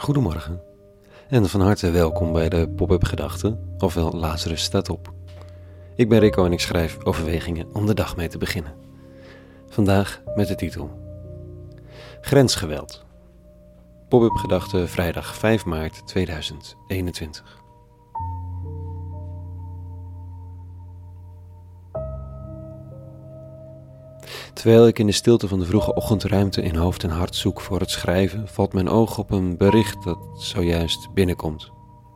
Goedemorgen en van harte welkom bij de Pop-up Gedachten, ofwel Lazarus staat op. Ik ben Rico en ik schrijf overwegingen om de dag mee te beginnen. Vandaag met de titel Grensgeweld. Pop-up Gedachten vrijdag 5 maart 2021. Terwijl ik in de stilte van de vroege ochtendruimte in hoofd en hart zoek voor het schrijven, valt mijn oog op een bericht dat zojuist binnenkomt.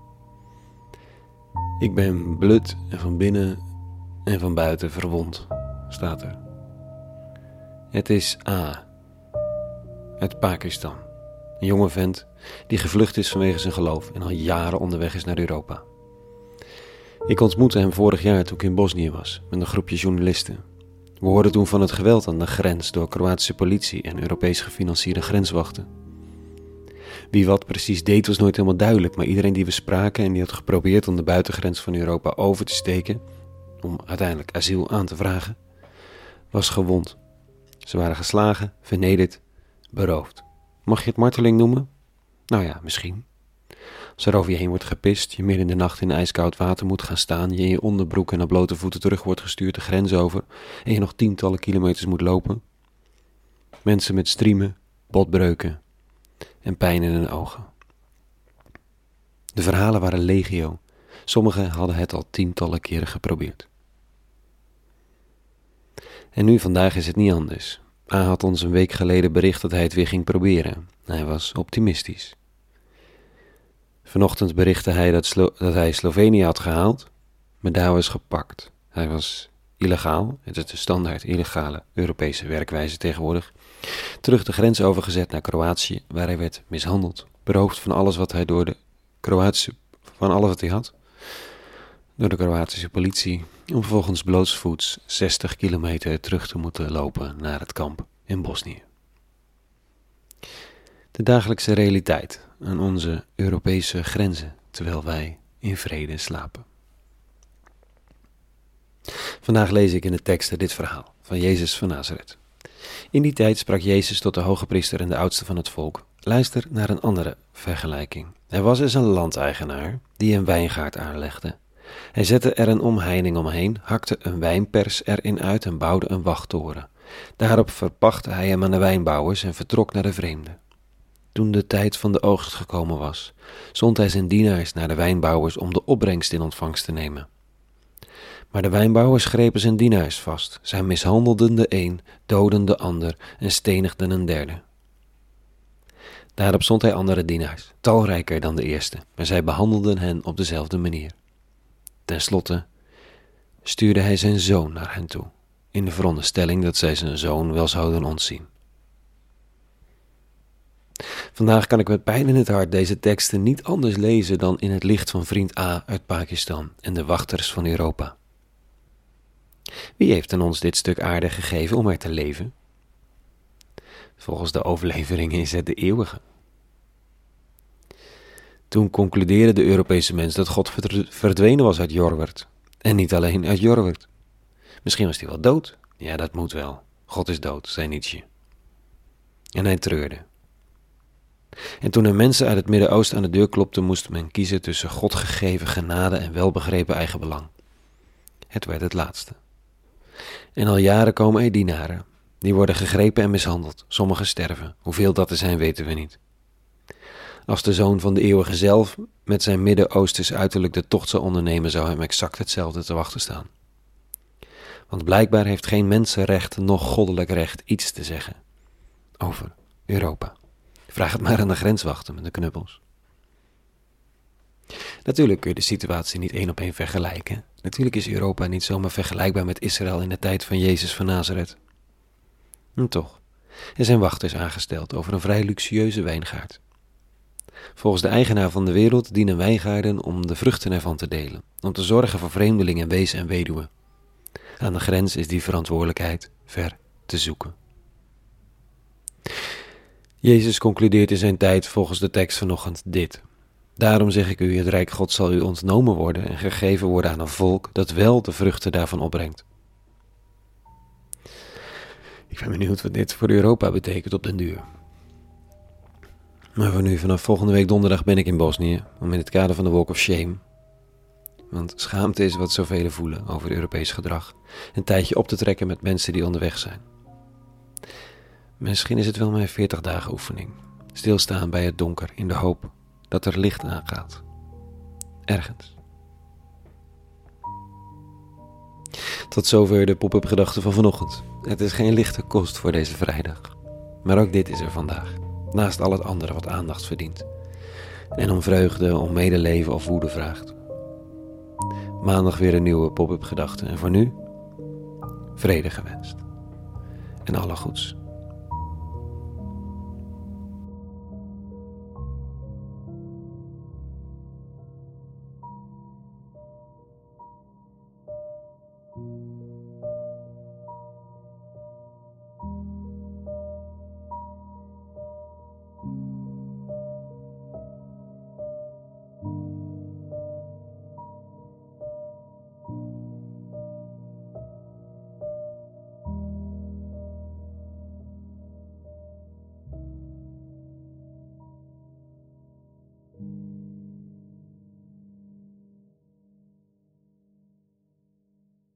Ik ben blut en van binnen en van buiten verwond, staat er. Het is A. uit Pakistan. Een jonge vent die gevlucht is vanwege zijn geloof en al jaren onderweg is naar Europa. Ik ontmoette hem vorig jaar toen ik in Bosnië was met een groepje journalisten. We hoorden toen van het geweld aan de grens door Kroatische politie en Europees gefinancierde grenswachten. Wie wat precies deed was nooit helemaal duidelijk, maar iedereen die we spraken en die had geprobeerd om de buitengrens van Europa over te steken, om uiteindelijk asiel aan te vragen, was gewond. Ze waren geslagen, vernederd, beroofd. Mag je het marteling noemen? Nou ja, misschien. Als er over je heen wordt gepist, je midden in de nacht in ijskoud water moet gaan staan, je in je onderbroek en op blote voeten terug wordt gestuurd de grens over en je nog tientallen kilometers moet lopen. Mensen met striemen, botbreuken en pijn in hun ogen. De verhalen waren legio. Sommigen hadden het al tientallen keren geprobeerd. En nu vandaag is het niet anders. A had ons een week geleden bericht dat hij het weer ging proberen. Hij was optimistisch. Vanochtend berichtte hij dat hij Slovenië had gehaald, maar daar was gepakt. Hij was illegaal, het is de standaard illegale Europese werkwijze tegenwoordig, terug de grens overgezet naar Kroatië, waar hij werd mishandeld, beroofd van alles wat hij van alles wat hij had, door de Kroatische politie, om vervolgens blootsvoets 60 kilometer terug te moeten lopen naar het kamp in Bosnië. De dagelijkse realiteit aan onze Europese grenzen, terwijl wij in vrede slapen. Vandaag lees ik in de teksten dit verhaal van Jezus van Nazareth. In die tijd sprak Jezus tot de hogepriester en de oudste van het volk. Luister naar een andere vergelijking. Er was eens een landeigenaar die een wijngaard aanlegde. Hij zette er een omheining omheen, hakte een wijnpers erin uit en bouwde een wachttoren. Daarop verpachtte hij hem aan de wijnbouwers en vertrok naar de vreemden. Toen de tijd van de oogst gekomen was, zond hij zijn dienaars naar de wijnbouwers om de opbrengst in ontvangst te nemen. Maar de wijnbouwers grepen zijn dienaars vast. Zij mishandelden de een, doodden de ander en stenigden een derde. Daarop zond hij andere dienaars, talrijker dan de eerste, maar zij behandelden hen op dezelfde manier. Ten slotte stuurde hij zijn zoon naar hen toe, in de veronderstelling dat zij zijn zoon wel zouden ontzien. Vandaag kan ik met pijn in het hart deze teksten niet anders lezen dan in het licht van vriend A uit Pakistan en de wachters van Europa. Wie heeft aan ons dit stuk aarde gegeven om er te leven? Volgens de overleveringen is het de eeuwige. Toen concludeerde de Europese mens dat God verdwenen was uit Jorwert. En niet alleen uit Jorwert. Misschien was hij wel dood. Ja, dat moet wel. God is dood, zei Nietzsche. En hij treurde. En toen er mensen uit het Midden-Oosten aan de deur klopten, moest men kiezen tussen God gegeven genade en welbegrepen eigenbelang. Het werd het laatste. En al jaren komen er dienaren. Die worden gegrepen en mishandeld. Sommigen sterven. Hoeveel dat er zijn, weten we niet. Als de zoon van de eeuwige zelf met zijn Midden-Oosters uiterlijk de tocht zou ondernemen, zou hem exact hetzelfde te wachten staan. Want blijkbaar heeft geen mensenrecht, noch goddelijk recht iets te zeggen over Europa. Vraag het maar aan de grenswachten met de knuppels. Natuurlijk kun je de situatie niet 1 op 1 vergelijken. Natuurlijk is Europa niet zomaar vergelijkbaar met Israël in de tijd van Jezus van Nazareth. En toch, er zijn wachters aangesteld over een vrij luxueuze wijngaard. Volgens de eigenaar van de wereld dienen wijngaarden om de vruchten ervan te delen, om te zorgen voor vreemdelingen, wees en weduwen. Aan de grens is die verantwoordelijkheid ver te zoeken. Jezus concludeert in zijn tijd volgens de tekst vanochtend dit. Daarom zeg ik u, het rijk God zal u ontnomen worden en gegeven worden aan een volk dat wel de vruchten daarvan opbrengt. Ik ben benieuwd wat dit voor Europa betekent op den duur. Maar voor nu, vanaf volgende week donderdag ben ik in Bosnië, om in het kader van de Walk of Shame, want schaamte is wat zoveel voelen over Europees gedrag, een tijdje op te trekken met mensen die onderweg zijn. Misschien is het wel mijn 40 dagen oefening, stilstaan bij het donker in de hoop dat er licht aangaat. Ergens. Tot zover de pop-up gedachte van vanochtend. Het is geen lichte kost voor deze vrijdag. Maar ook dit is er vandaag. Naast al het andere wat aandacht verdient. En om vreugde, om medeleven of woede vraagt. Maandag weer een nieuwe pop-up gedachte. En voor nu, vrede gewenst. En alle goeds.